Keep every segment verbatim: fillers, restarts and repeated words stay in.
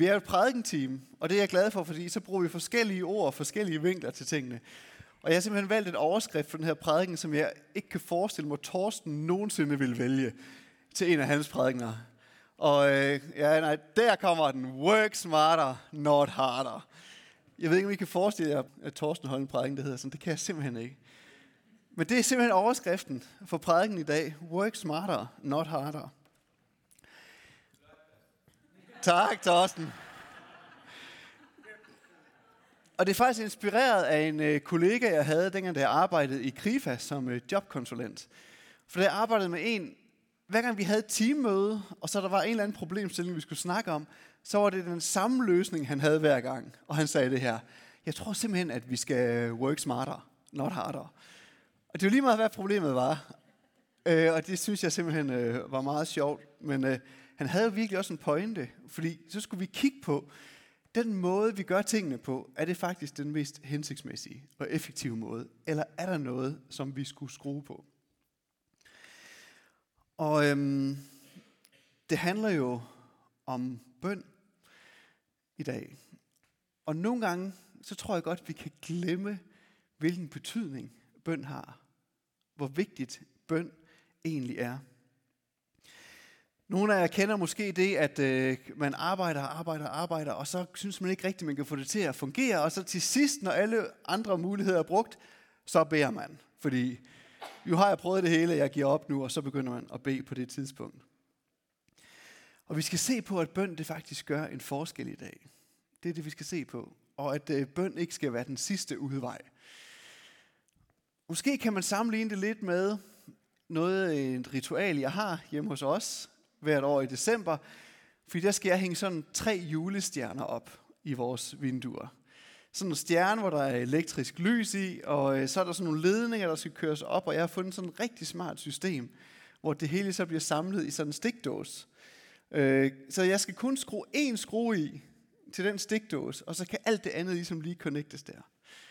Vi er jo et prædikenteam, og det er jeg glad for, fordi så bruger vi forskellige ord og forskellige vinkler til tingene. Og jeg har simpelthen valgt en overskrift for den her prædiken, som jeg ikke kan forestille mig, at Torsten nogensinde ville vælge til en af hans prædikener. Og øh, ja, nej, der kommer den. Work smarter, not harder. Jeg ved ikke, om I kan forestille jer, at Torsten holder en prædiken, der hedder sådan. Det kan jeg simpelthen ikke. Men det er simpelthen overskriften for prædiken i dag. Work smarter, not harder. Tak, Torsten. Og det er faktisk inspireret af en øh, kollega, jeg havde, dengang da jeg arbejdede i Krifa som øh, jobkonsulent. For da jeg arbejdede med en, hver gang vi havde et teammøde, og så der var en eller anden problemstilling, vi skulle snakke om, så var det den samme løsning, han havde hver gang. Og han sagde det her: jeg tror simpelthen, at vi skal work smarter, not harder. Og det var lige meget, hvad problemet var. Øh, og det synes jeg simpelthen øh, var meget sjovt. Men øh, han havde jo virkelig også en pointe, fordi så skulle vi kigge på, den måde, vi gør tingene på, er det faktisk den mest hensigtsmæssige og effektive måde? Eller er der noget, som vi skulle skrue på? Og øhm, det handler jo om bøn i dag. Og nogle gange, så tror jeg godt, vi kan glemme, hvilken betydning bøn har. Hvor vigtigt bøn egentlig er. Nogle af jer kender måske det, at øh, man arbejder, arbejder, arbejder, og så synes man ikke rigtigt, man kan få det til at fungere. Og så til sidst, når alle andre muligheder er brugt, så beder man. Fordi jo har jeg prøvet det hele, jeg giver op nu, og så begynder man at bede på det tidspunkt. Og vi skal se på, at bøn det faktisk gør en forskel i dag. Det er det, vi skal se på. Og at øh, bøn ikke skal være den sidste udvej. Måske kan man sammenligne det lidt med noget, et ritual, jeg har hjemme hos os hvert år i december, fordi der skal jeg hænge sådan tre julestjerner op i vores vinduer. Sådan en stjerne, hvor der er elektrisk lys i, og så er der sådan nogle ledninger, der skal køres op, og jeg har fundet sådan et rigtig smart system, hvor det hele så bliver samlet i sådan en stikdåse. Så jeg skal kun skrue én skrue i til den stikdåse, og så kan alt det andet ligesom lige connectes der.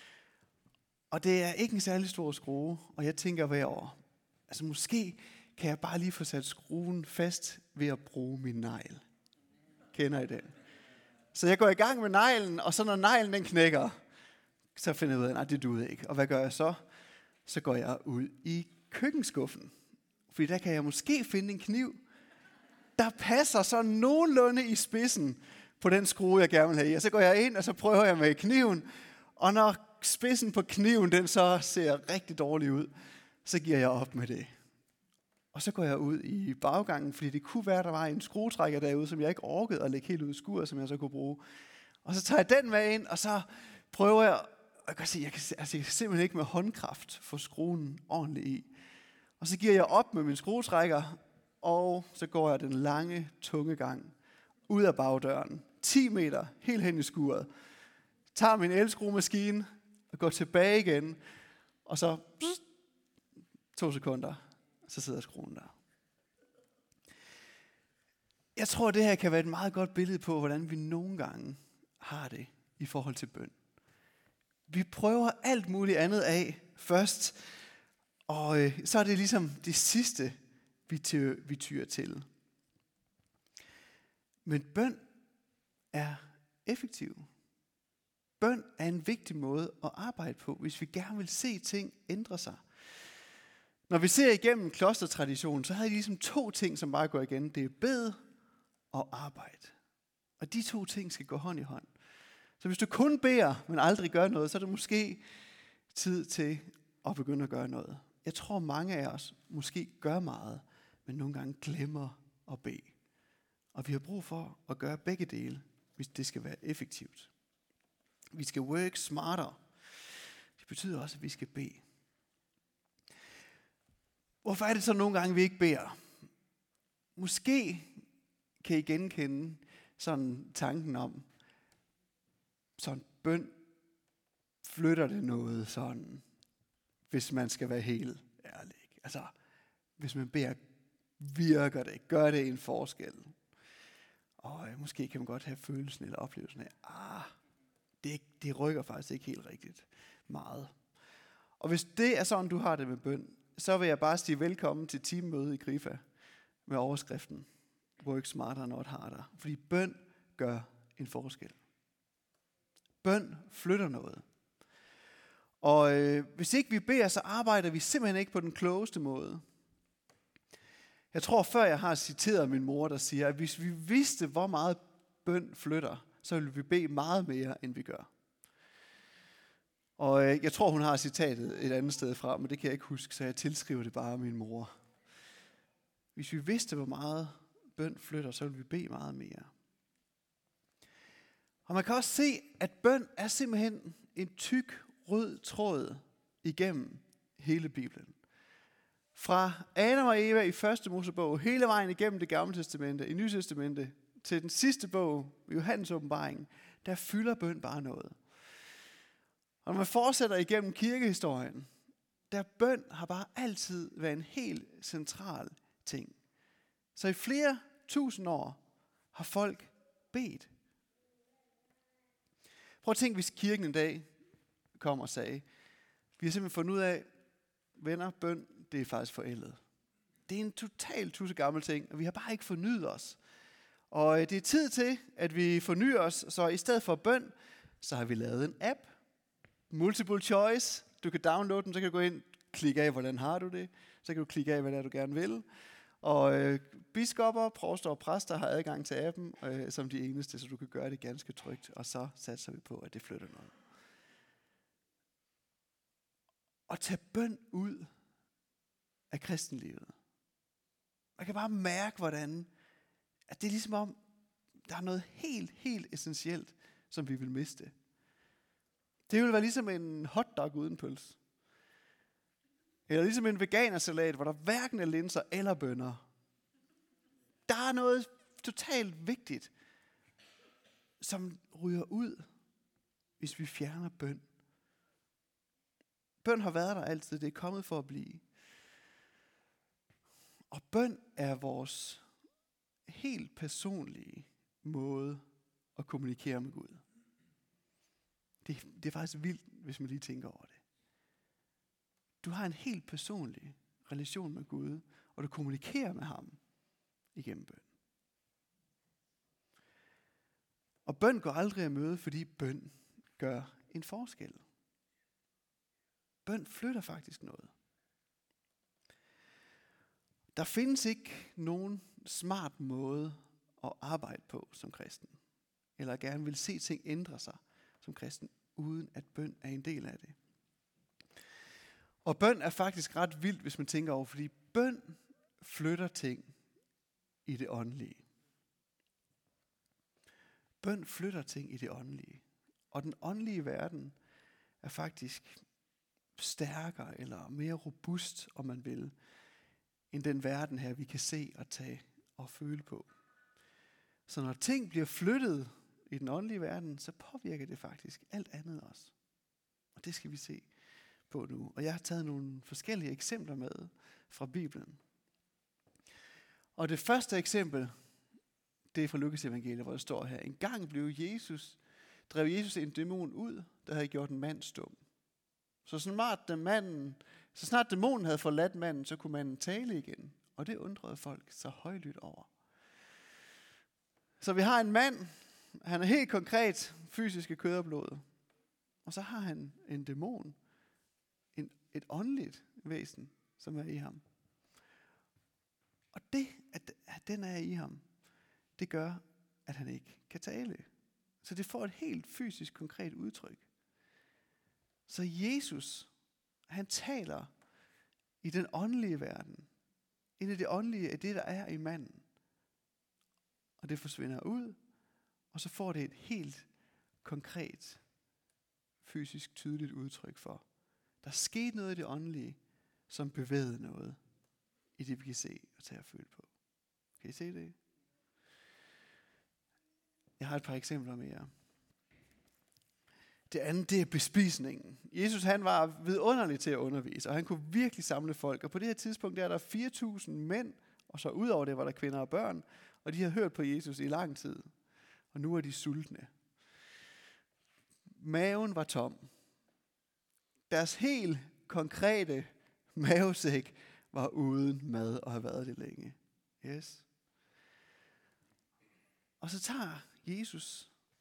Og det er ikke en særlig stor skrue, og jeg tænker hver år, altså måske kan jeg bare lige få sat skruen fast ved at bruge min negl. Kender I den? Så jeg går i gang med neglen, og så når neglen den knækker, så finder jeg ud af, nej, det duede ikke. Og hvad gør jeg så? Så går jeg ud i køkkenskuffen. Fordi der kan jeg måske finde en kniv, der passer så nogenlunde i spidsen på den skrue, jeg gerne vil have i. Og så går jeg ind, og så prøver jeg med kniven. Og når spidsen på kniven, den så ser rigtig dårlig ud, så giver jeg op med det. Og så går jeg ud i baggangen, fordi det kunne være, at der var en skruetrækker derude, som jeg ikke orkede at lægge helt ud i skuret, som jeg så kunne bruge. Og så tager jeg den med ind, og så prøver jeg, og jeg kan, se, jeg kan, altså jeg kan simpelthen ikke med håndkraft få skruen ordentligt i. Og så giver jeg op med min skruetrækker, og så går jeg den lange, tunge gang ud af bagdøren, ti meter, helt hen i skuret, tager min elskruemaskine og går tilbage igen, og så pst, to sekunder, så sidder skruen der. Jeg tror, det her kan være et meget godt billede på, hvordan vi nogle gange har det i forhold til bøn. Vi prøver alt muligt andet af først, og øh, så er det ligesom det sidste, vi, ty- vi tyrer til. Men bøn er effektiv. Bøn er en vigtig måde at arbejde på, hvis vi gerne vil se ting ændre sig. Når vi ser igennem klostertraditionen, så har de ligesom to ting, som bare går igen. Det er bed og arbejde. Og de to ting skal gå hånd i hånd. Så hvis du kun beder, men aldrig gør noget, så er det måske tid til at begynde at gøre noget. Jeg tror, mange af os måske gør meget, men nogle gange glemmer at bede. Og vi har brug for at gøre begge dele, hvis det skal være effektivt. Vi skal work smarter. Det betyder også, at vi skal bede. Hvorfor er det så nogle gange, vi ikke beder? Måske kan I genkende sådan tanken om, sådan bøn flytter det noget sådan, hvis man skal være helt ærlig. Altså, hvis man beder, virker det, gør det en forskel. Og måske kan man godt have følelsen eller oplevelsen af, ah, det, det rykker faktisk ikke helt rigtigt meget. Og hvis det er sådan, du har det med bøn, så vil jeg bare sige velkommen til teammøde i Krifa med overskriften Work smarter, not harder. Fordi bøn gør en forskel. Bøn flytter noget. Og øh, hvis ikke vi beder, så arbejder vi simpelthen ikke på den klogeste måde. Jeg tror, før jeg har citeret min mor, der siger, at hvis vi vidste, hvor meget bøn flytter, så ville vi bede meget mere, end vi gør. Og øh, jeg tror, hun har citatet et andet sted fra, men det kan jeg ikke huske, så jeg tilskriver det bare min mor. Hvis vi vidste, hvor meget bøn flytter, så ville vi bede meget mere. Og man kan også se, at bøn er simpelthen en tyk, rød tråd igennem hele Bibelen. Fra Adam og Eva i første Mosebog, hele vejen igennem det gamle testamente, i Nye Testamente, til den sidste bog, Johannes åbenbaring, der fylder bøn bare noget. Og når man fortsætter igennem kirkehistorien, der bøn har bare altid været en helt central ting. Så i flere tusind år har folk bedt. Prøv at tænke, hvis kirken en dag kom og sagde, vi har simpelthen fundet ud af, venner, bøn, det er faktisk forældet. Det er en totalt tussegammel ting, og vi har bare ikke fornyet os. Og det er tid til, at vi fornyer os, så i stedet for bøn, så har vi lavet en app. Multiple choice. Du kan downloade den, så kan du gå ind, klikke af, hvordan har du det. Så kan du klikke af, hvad det er, du gerne vil. Og øh, biskopper, provster og præster har adgang til appen øh, som de eneste, så du kan gøre det ganske trygt. Og så satser vi på, at det flytter noget. Og tage bøn ud af kristenlivet. Man kan bare mærke, hvordan at det er ligesom om, der er noget helt, helt essentielt, som vi vil miste. Det vil være ligesom en hotdog uden pøls. Eller ligesom en veganersalat, hvor der hverken er linser eller bønner. Der er noget totalt vigtigt, som ryger ud, hvis vi fjerner bøn. Bøn har været der altid, det er kommet for at blive. Og bøn er vores helt personlige måde at kommunikere med Gud. Det, det er faktisk vildt, hvis man lige tænker over det. Du har en helt personlig relation med Gud, og du kommunikerer med ham igennem bøn. Og bøn går aldrig at møde, fordi bøn gør en forskel. Bøn flytter faktisk noget. Der findes ikke nogen smart måde at arbejde på som kristen, eller gerne vil se ting ændre sig som kristen, uden at bøn er en del af det. Og bøn er faktisk ret vildt, hvis man tænker over, fordi bøn flytter ting i det åndelige. Bøn flytter ting i det åndelige. Og den åndelige verden er faktisk stærkere eller mere robust, om man vil, end den verden her, vi kan se og tage og føle på. Så når ting bliver flyttet i den åndelige verden, så påvirker det faktisk alt andet også. Og det skal vi se på nu. Og jeg har taget nogle forskellige eksempler med fra Bibelen. Og det første eksempel, det er fra Lukas evangeliet, hvor det står her. En gang blev Jesus, drev Jesus en dæmon ud, der havde gjort en mand stum. Så snart, den manden, så snart dæmonen havde forladt manden, så kunne manden tale igen. Og det undrede folk så højlydt over. Så vi har en mand, han er helt konkret fysisk kød og blod. Og så har han en dæmon, en, et åndeligt væsen, som er i ham. Og det, at, at den er i ham, det gør, at han ikke kan tale. Så det får et helt fysisk konkret udtryk. Så Jesus, han taler i den åndelige verden. Ind i det åndelige er det, der er i manden. Og det forsvinder ud, og så får det et helt konkret, fysisk tydeligt udtryk for. Der skete noget i det åndelige, som bevægede noget i det, vi kan se og tage og føle på. Kan I se det? Jeg har et par eksempler mere. Det andet, det er bespisningen. Jesus, han var vidunderlig til at undervise, og han kunne virkelig samle folk. Og på det her tidspunkt, der er der fire tusind mænd, og så ud over det var der kvinder og børn, og de har hørt på Jesus i lang tid. Og nu er de sultne. Maven var tom. Deres helt konkrete mavesæk var uden mad og har været det længe. Yes. Og så tager Jesus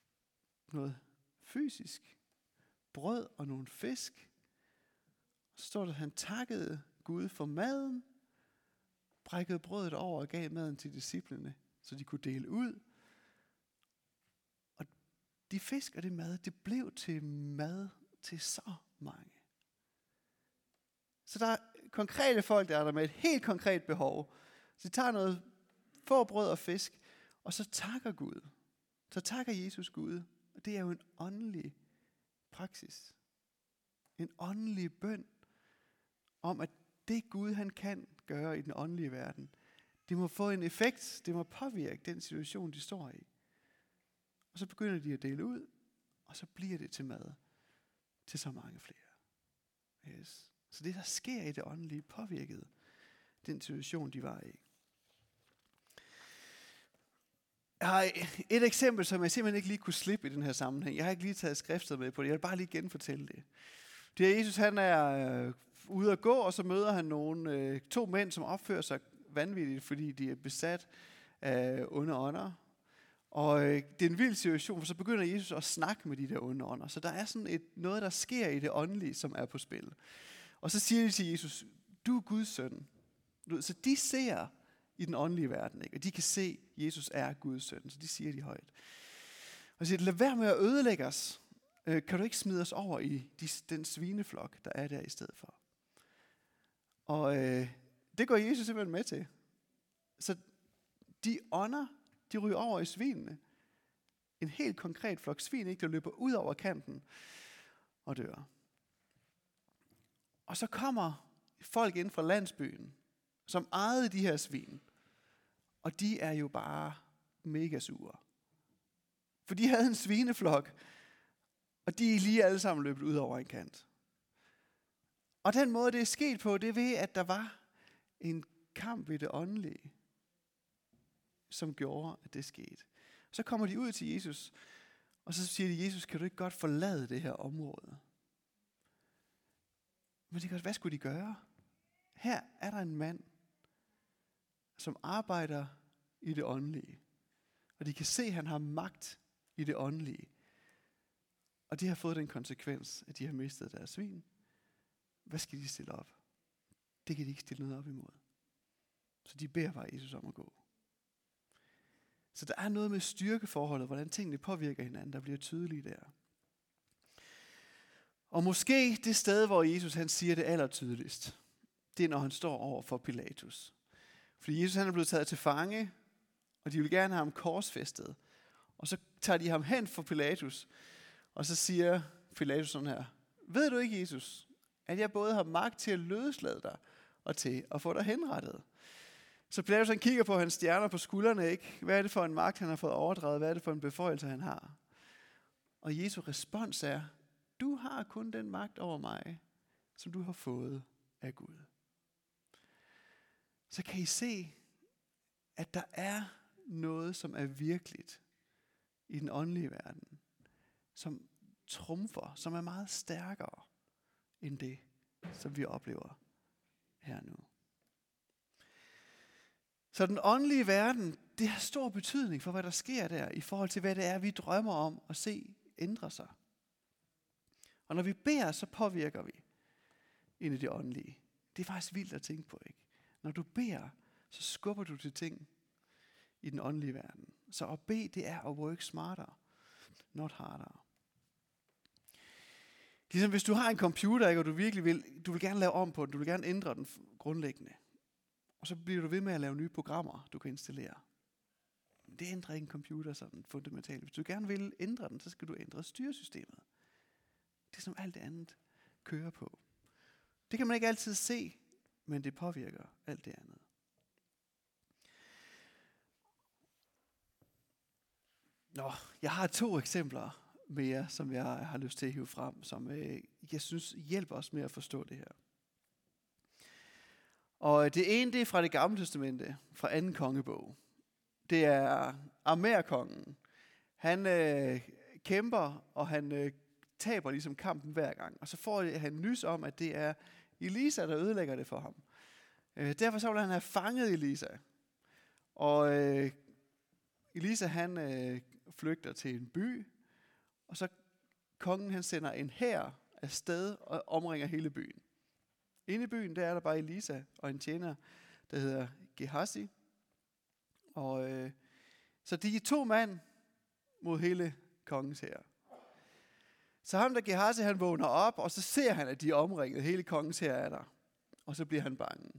noget fysisk. Brød og nogle fisk. Så står der, at han takkede Gud for maden, brækkede brødet over og gav maden til disciplene, så de kunne dele ud. Og de fisk og det mad, det blev til mad til så mange. Så der er konkrete folk, der er der med et helt konkret behov. Så de tager noget få brød og fisk, og så takker Gud. Så takker Jesus Gud. Og det er jo en åndelig praksis. En åndelig bøn om, at det Gud han kan gøre i den åndelige verden, det må få en effekt, det må påvirke den situation, de står i. Og så begynder de at dele ud, og så bliver det til mad til så mange flere. Yes. Så det, der sker i det åndelige, påvirkede den situation, de var i. Jeg har et eksempel, som jeg simpelthen ikke lige kunne slippe i den her sammenhæng. Jeg har ikke lige taget skriftet med på det. Jeg vil bare lige genfortælle det. Det er Jesus, han er øh, ude at gå, og så møder han nogle, øh, to mænd, som opfører sig vanvittigt, fordi de er besat af onde ånder. Og øh, det er en vild situation, for så begynder Jesus at snakke med de der onde ånder. Så der er sådan et, noget, der sker i det åndelige, som er på spil. Og så siger de til Jesus, du er Guds søn. Så de ser i den åndelige verden, ikke? Og de kan se, at Jesus er Guds søn. Så de siger de højt. Og siger, lad være med at ødelægge os. Øh, kan du ikke smide os over i de, den svineflok, der er der i stedet for? Og øh, det går Jesus simpelthen med til. Så de ånder, de ryger over i svinene. En helt konkret flok svin, ikke, der løber ud over kanten og dør. Og så kommer folk ind fra landsbyen, som ejede de her svin. Og de er jo bare mega sure. For de havde en svineflok, og de er lige alle sammen løbet ud over en kant. Og den måde, det er sket på, det er ved, at der var en kamp i det åndelige, som gjorde, at det skete. Så kommer de ud til Jesus, og så siger de, Jesus, kan du ikke godt forlade det her område? Men de gør, hvad skulle de gøre? Her er der en mand, som arbejder i det åndelige. Og de kan se, at han har magt i det åndelige. Og de har fået den konsekvens, at de har mistet deres svin. Hvad skal de stille op? Det kan de ikke stille noget op imod. Så de beder bare Jesus om at gå. Så der er noget med styrkeforholdet, hvordan tingene påvirker hinanden, der bliver tydeligt der. Og måske det sted, hvor Jesus han siger det allertydeligst, det er, når han står over for Pilatus. Fordi Jesus han er blevet taget til fange, og de vil gerne have ham korsfæstet. Og så tager de ham hen for Pilatus, og så siger Pilatus sådan her, ved du ikke, Jesus, at jeg både har magt til at løslade dig, og til at få dig henrettet? Så Pilatus han kigger på hans stjerner på skuldrene, ikke? Hvad er det for en magt, han har fået overdraget? Hvad er det for en beføjelse, han har? Og Jesu respons er, du har kun den magt over mig, som du har fået af Gud. Så kan I se, at der er noget, som er virkeligt i den åndelige verden, som trumfer, som er meget stærkere end det, som vi oplever her nu. Så den åndelige verden, det har stor betydning for, hvad der sker der, i forhold til, hvad det er, vi drømmer om at se ændre sig. Og når vi beder, så påvirker vi ind i det åndelige. Det er faktisk vildt at tænke på, ikke? Når du beder, så skubber du til ting i den åndelige verden. Så at bede, det er at work smarter, not harder. Ligesom hvis du har en computer, ikke, og du virkelig vil, du vil gerne lave om på den, du vil gerne ændre den grundlæggende. Og så bliver du ved med at lave nye programmer, du kan installere. Det ændrer ikke en computer sådan fundamentalt. Hvis du gerne vil ændre den, så skal du ændre styresystemet. Det er som alt det andet kører på. Det kan man ikke altid se, men det påvirker alt det andet. Nå, jeg har to eksempler mere, som jeg har lyst til at hive frem, som øh, jeg synes hjælper os med at forstå det her. Og det ene, det er fra det gamle testamente, fra anden kongebog. Det er Amerkongen. Han øh, kæmper, og han øh, taber ligesom kampen hver gang. Og så får han nys om, at det er Elisa, der ødelægger det for ham. Øh, derfor så vil han have fanget Elisa. Og øh, Elisa, han øh, flygter til en by, Og så kongen han sender en hær afsted og omringer hele byen. Inde i byen, der er der bare Elisa og en tjener, der hedder Gehazi. Og øh, så de er to mand mod hele kongens hær. Så ham der Gehazi, han vågner op, og så ser han, at de er omringet. Hele kongens hær er der. Og så bliver han bange.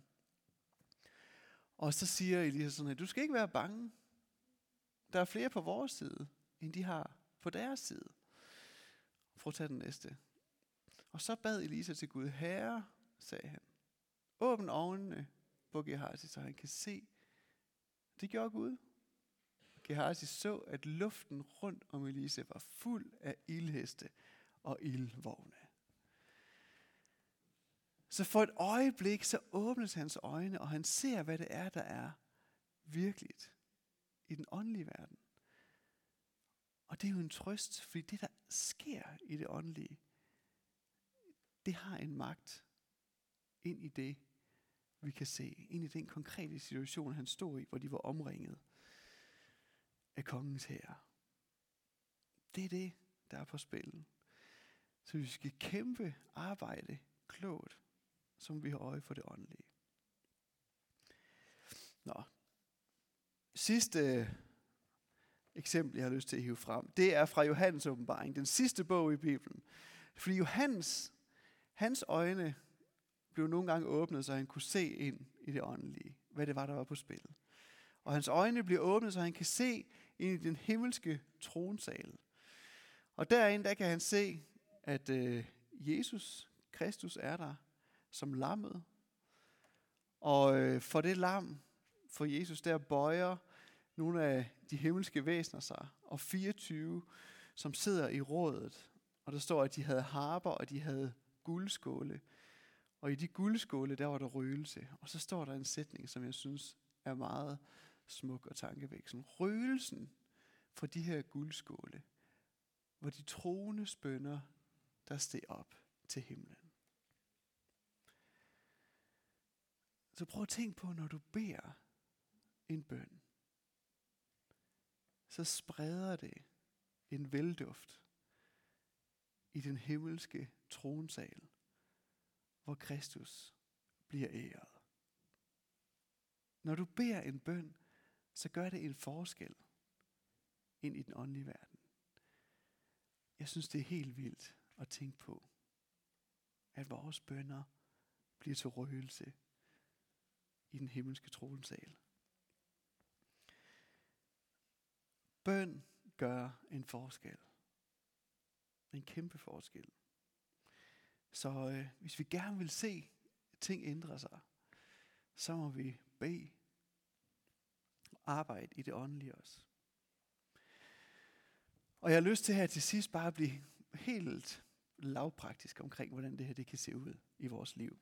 Og så siger Elisa sådan, at du skal ikke være bange. Der er flere på vores side, end de har på deres side. Prøv at tage den næste. Og så bad Elisa til Gud, Herre, sagde han, åbn øjnene på Gehazi, så han kan se. Det gjorde Gud. Gehazi så, at luften rundt om Elisa var fuld af ildheste og ildvogne. Så for et øjeblik, så åbnes hans øjne, og han ser, hvad det er, der er virkeligt i den åndelige verden. Og det er jo en trøst, fordi det, der sker i det åndelige, det har en magt ind i det, vi kan se. Ind i den konkrete situation, han stod i, hvor de var omringet af kongens hær. Det er det, der er på spil. Så vi skal kæmpe, arbejde klogt, som vi har øje for det åndelige. Nå. Sidste eksempel, jeg har lyst til at hive frem, det er fra Johannes åbenbaring, den sidste bog i Bibelen. Fordi Johannes, hans øjne blev nogle gange åbnet, så han kunne se ind i det åndelige, hvad det var, der var på spil. Og hans øjne bliver åbnet, så han kan se ind i den himmelske tronsal. Og derinde, der kan han se, at øh, Jesus Kristus er der som lammet. Og øh, for det lam, for Jesus, der bøjer nogle af de himmelske væsener sig, og fireogtyve, som sidder i rådet. Og der står, at de havde harper, og de havde guldskåle. Og i de guldskåle, der var der røgelse. Og så står der en sætning, som jeg synes er meget smuk og tankevækkende. Røgelsen fra de her guldskåle, hvor de troende bønner, der steg op til himlen. Så prøv at tænke på, når du beder en bøn, så spreder det en velduft i den himmelske tronsal, hvor Kristus bliver æret. Når du beder en bøn, så gør det en forskel ind i den åndelige verden. Jeg synes, det er helt vildt at tænke på, at vores bønner bliver til røgelse i den himmelske tronsal. Bøn gør en forskel. En kæmpe forskel. Så øh, hvis vi gerne vil se ting ændre sig, så må vi bede og arbejde i det åndelige også. Og jeg har lyst til her til sidst bare at blive helt lavpraktisk omkring, hvordan det her det kan se ud i vores liv.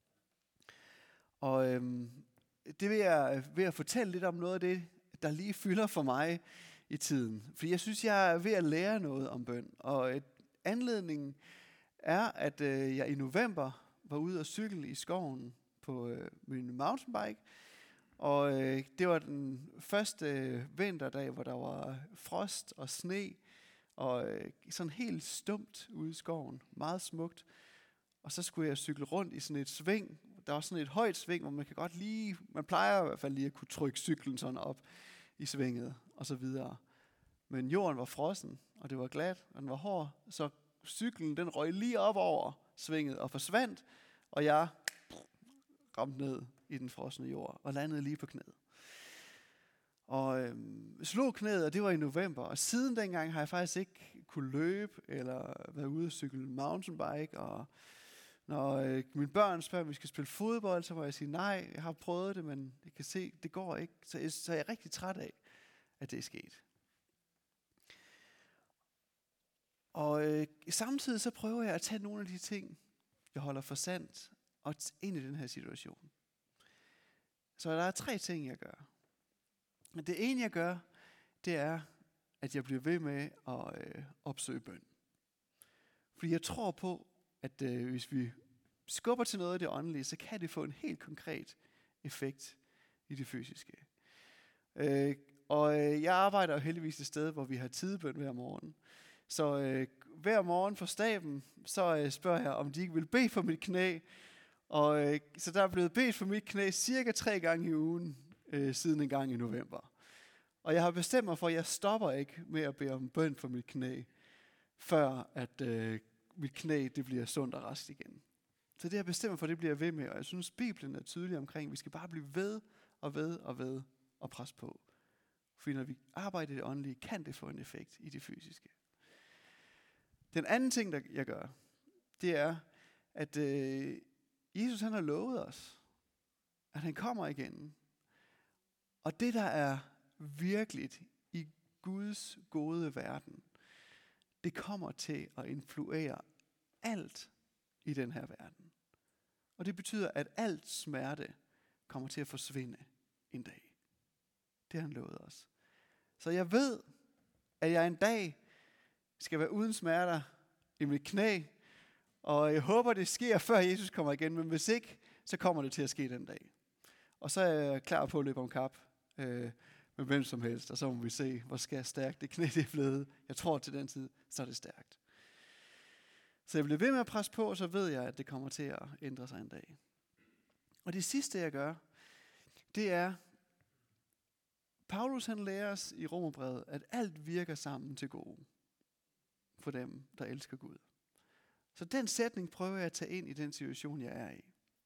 Og øhm, det vil jeg ved at fortælle lidt om noget af det, der lige fylder for mig i tiden. Fordi jeg synes, jeg er ved at lære noget om bøn. Og et, anledningen er, at øh, jeg i november var ude og cykle i skoven på øh, min mountainbike. Og øh, det var den første øh, vinterdag, hvor der var frost og sne. Og øh, sådan helt stumt ude i skoven. Meget smukt. Og så skulle jeg cykle rundt i sådan et sving. Der var sådan et højt sving, hvor man kan godt lige, man plejer i hvert fald lige at kunne trykke cyklen sådan op i svinget og så videre. Men jorden var frossen, og det var glat, og den var hård, så cyklen den røg lige op over svinget og forsvandt, og jeg ramte ned i den frosne jord og landede lige på knæet. Og øhm, slog knæet, og det var i november, og siden dengang har jeg faktisk ikke kunne løbe eller været ude og cykle mountainbike, og når øh, mine børn spørger, om vi skal spille fodbold, så må jeg sige nej, jeg har prøvet det, men jeg kan se, det går ikke. Så jeg, så jeg er rigtig træt af, at det er sket. Og øh, samtidig så prøver jeg at tage nogle af de ting, jeg holder for sandt, og ind i den her situation. Så der er tre ting, jeg gør. Det ene, jeg gør, det er, at jeg bliver ved med at øh, opsøge bøn. Fordi jeg tror på, at øh, hvis vi skubber til noget af det åndelige, så kan det få en helt konkret effekt i det fysiske. Øh, og øh, jeg arbejder jo heldigvis et sted, hvor vi har tidbøn hver morgen. Så øh, hver morgen for staben, så øh, spørger jeg, om de ikke vil bede for mit knæ. Og øh, så der er blevet bedt for mit knæ cirka tre gange i ugen, øh, siden en gang i november. Og jeg har bestemt mig for, at jeg stopper ikke med at bede om bøn for mit knæ, før at øh, mit knæ det bliver sundt og rask igen. Så det har jeg bestemt mig for, det bliver jeg ved med. Og jeg synes, Bibelen er tydelig omkring, at vi skal bare blive ved og ved og ved og presse på. For når vi arbejder i det åndelige, kan det få en effekt i det fysiske. Den anden ting, der jeg gør, det er, at øh, Jesus han har lovet os, at han kommer igen. Og det, der er virkeligt i Guds gode verden, det kommer til at influere alt i den her verden. Og det betyder, at alt smerte kommer til at forsvinde en dag. Det har han lovet os. Så jeg ved, at jeg en dag skal være uden smerter i mit knæ, og jeg håber, det sker, før Jesus kommer igen, men hvis ikke, så kommer det til at ske den dag. Og så er jeg klar på at løbe om kap øh, med hvem som helst, og så må vi se, hvor skal stærkt det knæ det er blevet. Jeg tror, til den tid, så er det stærkt. Så jeg bliver ved med at presse på, og så ved jeg, at det kommer til at ændre sig en dag. Og det sidste, jeg gør, det er, Paulus han lærer os i Romerbrevet, at alt virker sammen til gode for dem, der elsker Gud. Så den sætning prøver jeg at tage ind i den situation, jeg er i.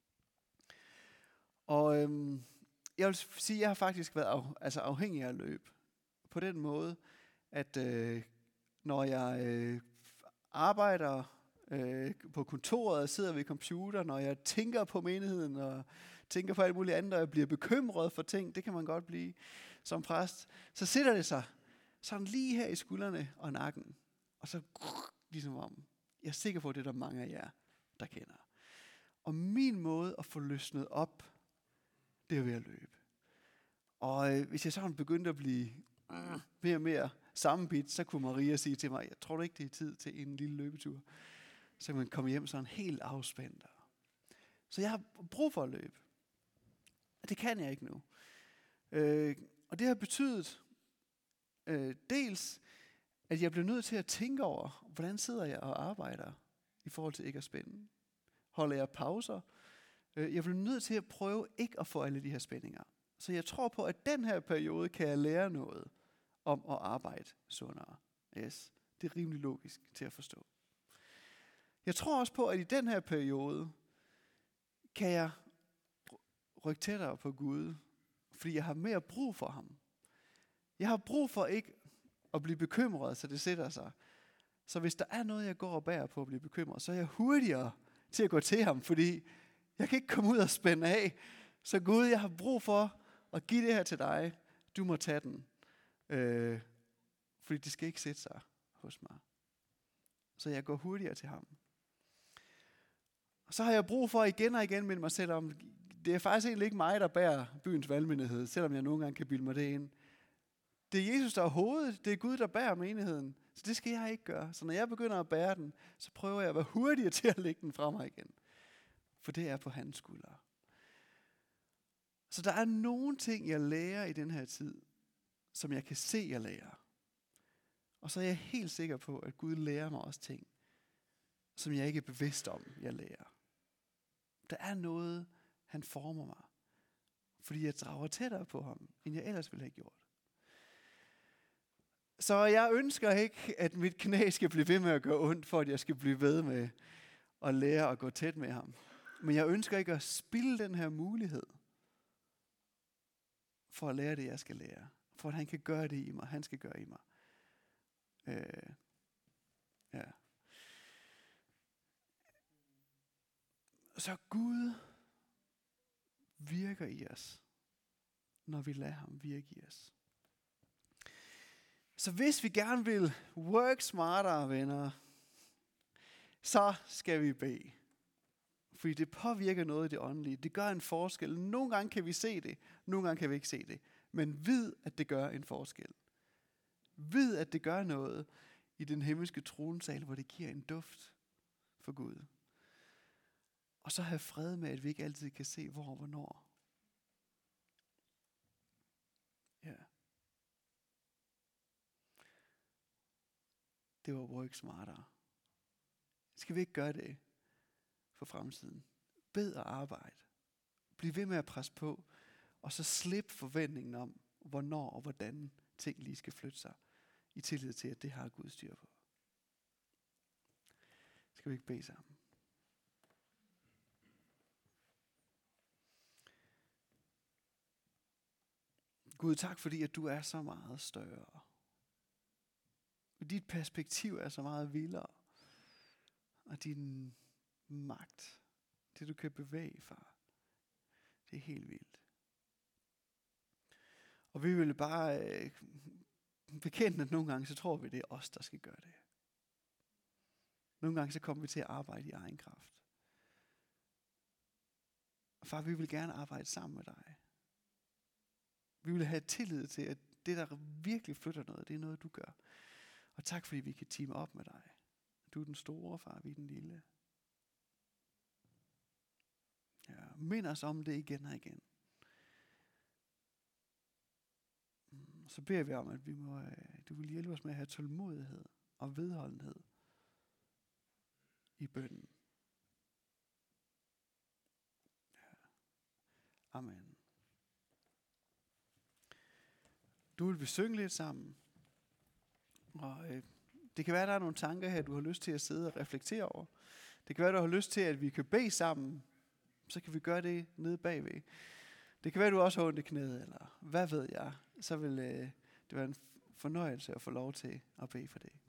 Og øhm, jeg vil sige, at jeg har faktisk været af, altså afhængig af at løbe. På den måde, at øh, når jeg øh, arbejder øh, på kontoret og sidder ved computer, når jeg tænker på menigheden og tænker på alt muligt andet, og jeg bliver bekymret for ting, det kan man godt blive som præst, så sætter det sig sådan lige her i skuldrene og nakken. Og så ligesom om, jeg er sikker på, at det er der mange af jer, der kender. Og min måde at få løsnet op, det er ved at løbe. Og øh, hvis jeg sådan begyndte at blive øh, mere og mere sammenbidt, så kunne Maria sige til mig, jeg tror du ikke, det er tid til en lille løbetur. Så kan man komme hjem sådan helt afspændt. Så jeg har brug for at løbe. Og det kan jeg ikke nu. Øh, og det har betydet øh, dels, at jeg bliver nødt til at tænke over, hvordan sidder jeg og arbejder i forhold til ikke at spænde. Holder jeg pauser? Øh, jeg bliver nødt til at prøve ikke at få alle de her spændinger. Så jeg tror på, at den her periode kan jeg lære noget om at arbejde sundere. Yes. Det er rimelig logisk til at forstå. Jeg tror også på, at i den her periode kan jeg rykke tættere på Gud, fordi jeg har mere brug for ham. Jeg har brug for ikke at blive bekymret, så det sætter sig. Så hvis der er noget, jeg går og bærer på at blive bekymret, så er jeg hurtigere til at gå til ham, fordi jeg kan ikke komme ud og spænde af. Så Gud, jeg har brug for at give det her til dig. Du må tage den. Øh, fordi det skal ikke sætte sig hos mig. Så jeg går hurtigere til ham. Og så har jeg brug for igen og igen minde mig selv om, det er faktisk egentlig ikke mig, der bærer byens valgmenighed, selvom jeg nogle gange kan bilde mig det ind. Det er Jesus, der er hovedet. Det er Gud, der bærer menigheden. Så det skal jeg ikke gøre. Så når jeg begynder at bære den, så prøver jeg at være hurtigere til at lægge den fra mig igen. For det er på hans skuldre. Så der er nogle ting, jeg lærer i den her tid, som jeg kan se, jeg lærer. Og så er jeg helt sikker på, at Gud lærer mig også ting, som jeg ikke er bevidst om, jeg lærer. Der er noget, han former mig, fordi jeg drager tættere på ham, end jeg ellers ville have gjort. Så jeg ønsker ikke, at mit knæ skal blive ved med at gøre ondt, for at jeg skal blive ved med at lære at gå tæt med ham. Men jeg ønsker ikke at spilde den her mulighed, for at lære det, jeg skal lære. For at han kan gøre det i mig, han skal gøre i mig. Øh, ja. Så Gud virker i os, når vi lader ham virke i os. Så hvis vi gerne vil work smartere, venner, så skal vi bede. Fordi det påvirker noget i det åndelige. Det gør en forskel. Nogle gange kan vi se det, nogle gange kan vi ikke se det. Men vid, at det gør en forskel. Vid, at det gør noget i den himmelske tronsal, hvor det giver en duft for Gud. Og så have fred med, at vi ikke altid kan se, hvor og hvornår. Ja. det var work smartere. Skal vi ikke gøre det for fremtiden? Bed og arbejde. Bliv ved med at presse på, og så slip forventningen om, hvornår og hvordan ting lige skal flytte sig, i tillid til, at det har Gud styr på. Skal vi ikke bede sammen? Gud, tak fordi, at du er så meget større. Dit perspektiv er så meget vildere. Og din magt, det du kan bevæge, far, det er helt vildt. Og vi vil bare øh, bekende, at nogle gange så tror vi, det er os, der skal gøre det. Nogle gange så kommer vi til at arbejde i egen kraft. Og far, vi vil gerne arbejde sammen med dig. Vi vil have tillid til, at det, der virkelig flytter noget, det er noget, du gør. Og tak, fordi vi kan teame op med dig. Du er den store, far, vi er den lille. Ja, mind os om det igen og igen. Så beder vi om, at vi må, du vil hjælpe os med at have tålmodighed og vedholdenhed i bønnen. Ja. Amen. Du vil vi synge lidt sammen. Og øh, det kan være, at der er nogle tanker her, du har lyst til at sidde og reflektere over. Det kan være, du har lyst til, at vi kan bede sammen. Så kan vi gøre det nede bagved. Det kan være, du også har ondt i knæet, eller hvad ved jeg. Så vil øh, det være en fornøjelse at få lov til at bede for det.